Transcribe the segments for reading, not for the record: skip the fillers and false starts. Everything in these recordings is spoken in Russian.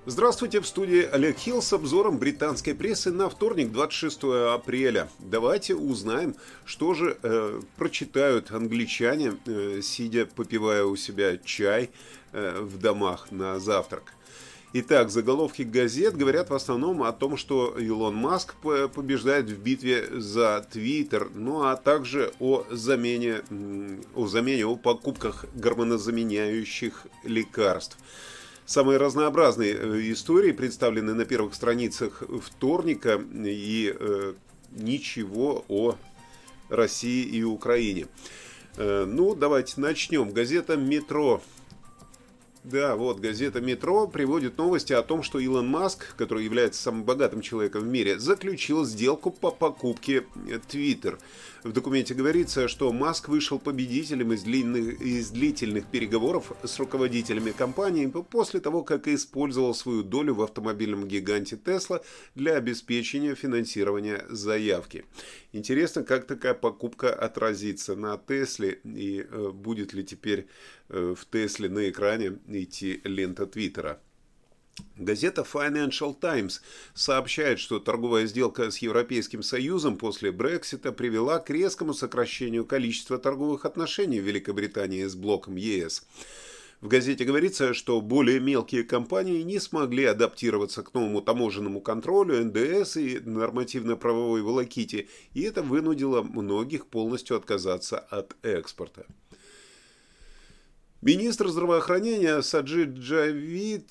Здравствуйте, в студии Олег Хилл с обзором британской прессы на вторник, 26 апреля. Давайте узнаем, что же прочитают англичане, сидя, попивая у себя чай в домах на завтрак. Итак, заголовки газет говорят в основном о том, что Илон Маск побеждает в битве за Твиттер, ну а также о покупках гормонозаменяющих лекарств. Самые разнообразные истории представлены на первых страницах вторника, и ничего о России и Украине. Ну, давайте начнем. Газета «Метро». Да, вот газета «Метро» приводит новости о том, что Илон Маск, который является самым богатым человеком в мире, заключил сделку по покупке Twitter. В документе говорится, что Маск вышел победителем из длительных переговоров с руководителями компании после того, как использовал свою долю в автомобильном гиганте Tesla для обеспечения финансирования заявки. Интересно, как такая покупка отразится на Тесле и будет ли теперь в Тесле на экране идти лента Твиттера. Газета Financial Times сообщает, что торговая сделка с Европейским Союзом после Брексита привела к резкому сокращению количества торговых отношений в Великобритании с блоком ЕС. В газете говорится, что более мелкие компании не смогли адаптироваться к новому таможенному контролю, НДС и нормативно-правовой волоките, и это вынудило многих полностью отказаться от экспорта. Министр здравоохранения Саджид Джавид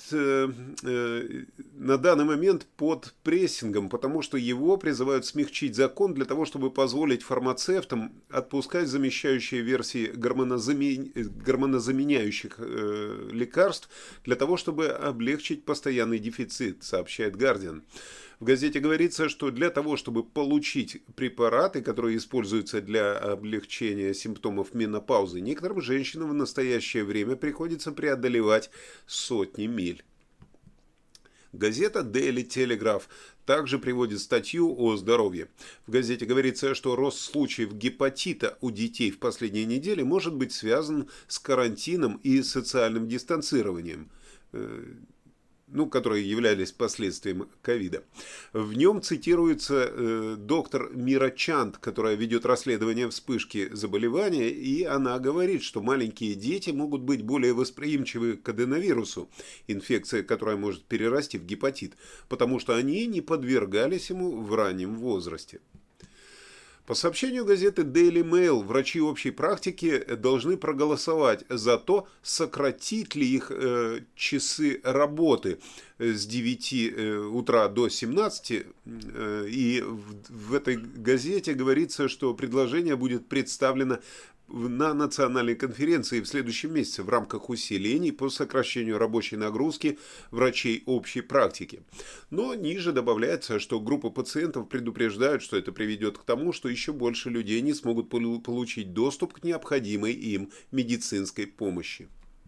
на данный момент под прессингом, потому что его призывают смягчить закон для того, чтобы позволить фармацевтам отпускать замещающие версии гормонозаменяющих лекарств для того, чтобы облегчить постоянный дефицит, сообщает Guardian. В газете говорится, что для того, чтобы получить препараты, которые используются для облегчения симптомов менопаузы, некоторым женщинам в настоящее время приходится преодолевать сотни миль. Газета Daily Telegraph также приводит статью о здоровье. В газете говорится, что рост случаев гепатита у детей в последние недели может быть связан с карантином и социальным дистанцированием, которые являлись последствием ковида. В нем цитируется доктор Мира Чанд, которая ведет расследование вспышки заболевания, и она говорит, что маленькие дети могут быть более восприимчивы к аденовирусу, инфекция, которая может перерасти в гепатит, потому что они не подвергались ему в раннем возрасте. По сообщению газеты Daily Mail, врачи общей практики должны проголосовать за то, сократить ли их часы работы с 9 утра до 17. И в этой газете говорится, что предложение будет представлено на национальной конференции в следующем месяце в рамках усилений по сокращению рабочей нагрузки врачей общей практики. Но ниже добавляется, что группа пациентов предупреждают, что это приведет к тому, что еще больше людей не смогут получить доступ к необходимой им медицинской помощи.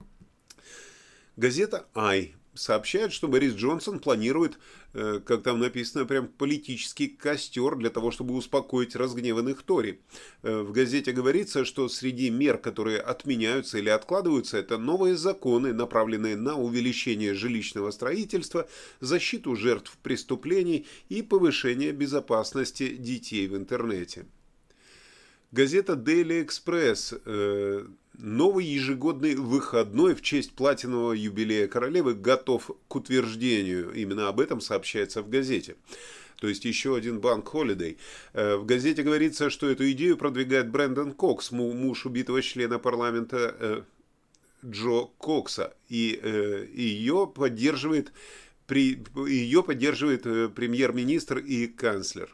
Газета «Ай» сообщает, что Борис Джонсон планирует, как там написано, прям политический костер для того, чтобы успокоить разгневанных Тори. В газете говорится, что среди мер, которые отменяются или откладываются, это новые законы, направленные на увеличение жилищного строительства, защиту жертв преступлений и повышение безопасности детей в интернете. Газета Daily Express. Новый ежегодный выходной в честь платинового юбилея королевы готов к утверждению. Именно об этом сообщается в газете. То есть еще один банк-холидей. В газете говорится, что эту идею продвигает Брэндон Кокс, муж убитого члена парламента Джо Кокса. И ее поддерживает премьер-министр и канцлер.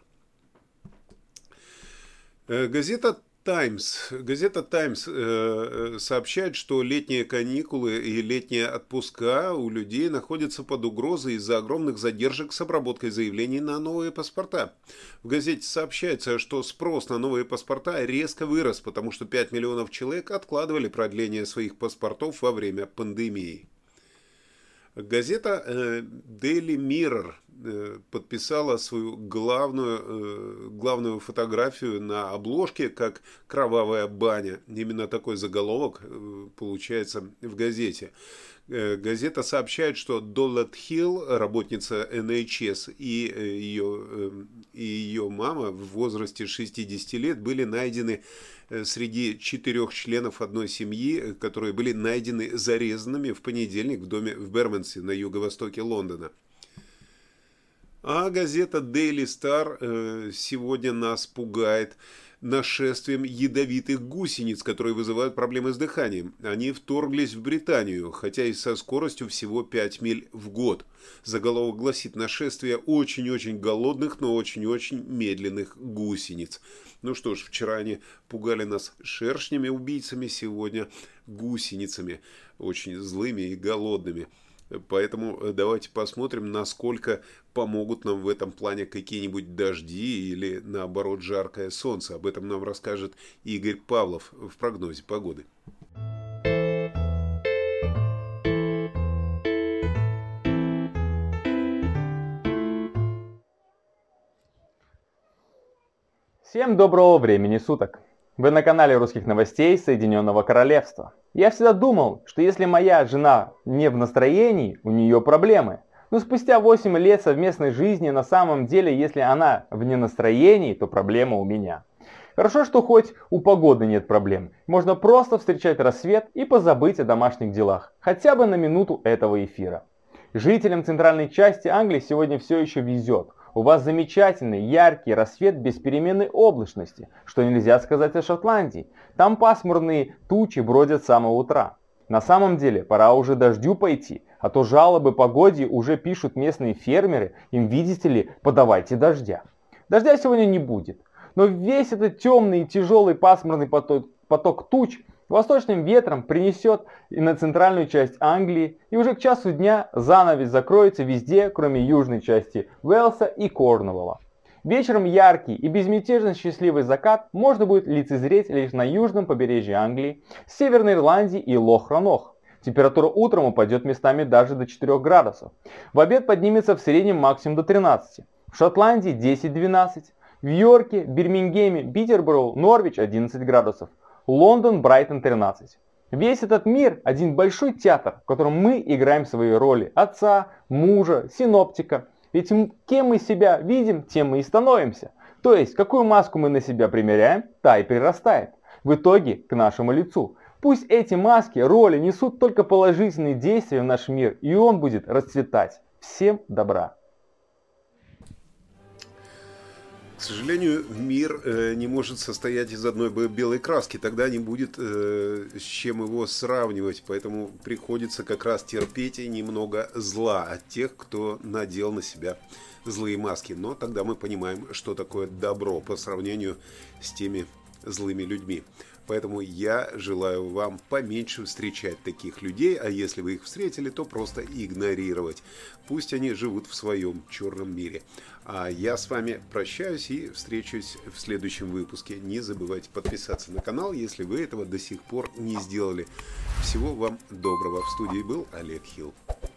Газета Таймс сообщает, что летние каникулы и летние отпуска у людей находятся под угрозой из-за огромных задержек с обработкой заявлений на новые паспорта. В газете сообщается, что спрос на новые паспорта резко вырос, потому что 5 миллионов человек откладывали продление своих паспортов во время пандемии. Газета Daily Mirror подписала свою главную фотографию на обложке как «Кровавая баня». Именно такой заголовок получается в газете. Газета сообщает, что Доллет Хилл, работница NHS, и ее мама в возрасте 60 лет были найдены среди 4 членов одной семьи, которые были найдены зарезанными в понедельник в доме в Бермонсе на юго-востоке Лондона. А газета Daily Star сегодня нас пугает нашествием ядовитых гусениц, которые вызывают проблемы с дыханием. Они вторглись в Британию, хотя и со скоростью всего 5 миль в год. Заголовок гласит: «Нашествие очень-очень голодных, но очень-очень медленных гусениц». Ну что ж, вчера они пугали нас шершнями-убийцами, сегодня гусеницами, очень злыми и голодными. Поэтому давайте посмотрим, насколько помогут нам в этом плане какие-нибудь дожди или, наоборот, жаркое солнце. Об этом нам расскажет Игорь Павлов в прогнозе погоды. Всем доброго времени суток! Вы на канале русских новостей Соединенного Королевства. Я всегда думал, что если моя жена не в настроении, у нее проблемы. Но спустя 8 лет совместной жизни на самом деле, если она вне настроении, то проблема у меня. Хорошо, что хоть у погоды нет проблем. Можно просто встречать рассвет и позабыть о домашних делах. Хотя бы на минуту этого эфира. Жителям центральной части Англии сегодня все еще везет. У вас замечательный, яркий рассвет без переменной облачности, что нельзя сказать о Шотландии. Там пасмурные тучи бродят с самого утра. На самом деле, пора уже дождю пойти, а то жалобы погоде уже пишут местные фермеры, им, видите ли, подавайте дождя. Дождя сегодня не будет, но весь этот темный и тяжелый пасмурный поток туч восточным ветром принесет и на центральную часть Англии, и уже к часу дня занавес закроется везде, кроме южной части Уэльса и Корнуолла. Вечером яркий и безмятежно счастливый закат можно будет лицезреть лишь на южном побережье Англии, Северной Ирландии и Лох-Ранох. Температура утром упадет местами даже до 4 градусов. В обед поднимется в среднем максимум до 13. В Шотландии 10-12. В Йорке, Бирмингеме, Питерборо, Норвич 11 градусов. Лондон, Брайтон 13. Весь этот мир – один большой театр, в котором мы играем свои роли отца, мужа, синоптика. Ведь кем мы себя видим, тем мы и становимся. То есть, какую маску мы на себя примеряем, та и прирастает. В итоге к нашему лицу. Пусть эти маски, роли несут только положительные действия в наш мир, и он будет расцветать. Всем добра! К сожалению, мир не может состоять из одной белой краски, тогда не будет с чем его сравнивать, поэтому приходится как раз терпеть и немного зла от тех, кто надел на себя злые маски. Но тогда мы понимаем, что такое добро по сравнению с теми злыми людьми. Поэтому я желаю вам поменьше встречать таких людей, а если вы их встретили, то просто игнорировать. Пусть они живут в своем черном мире. А я с вами прощаюсь и встречусь в следующем выпуске. Не забывайте подписаться на канал, если вы этого до сих пор не сделали. Всего вам доброго. В студии был Олег Хилл.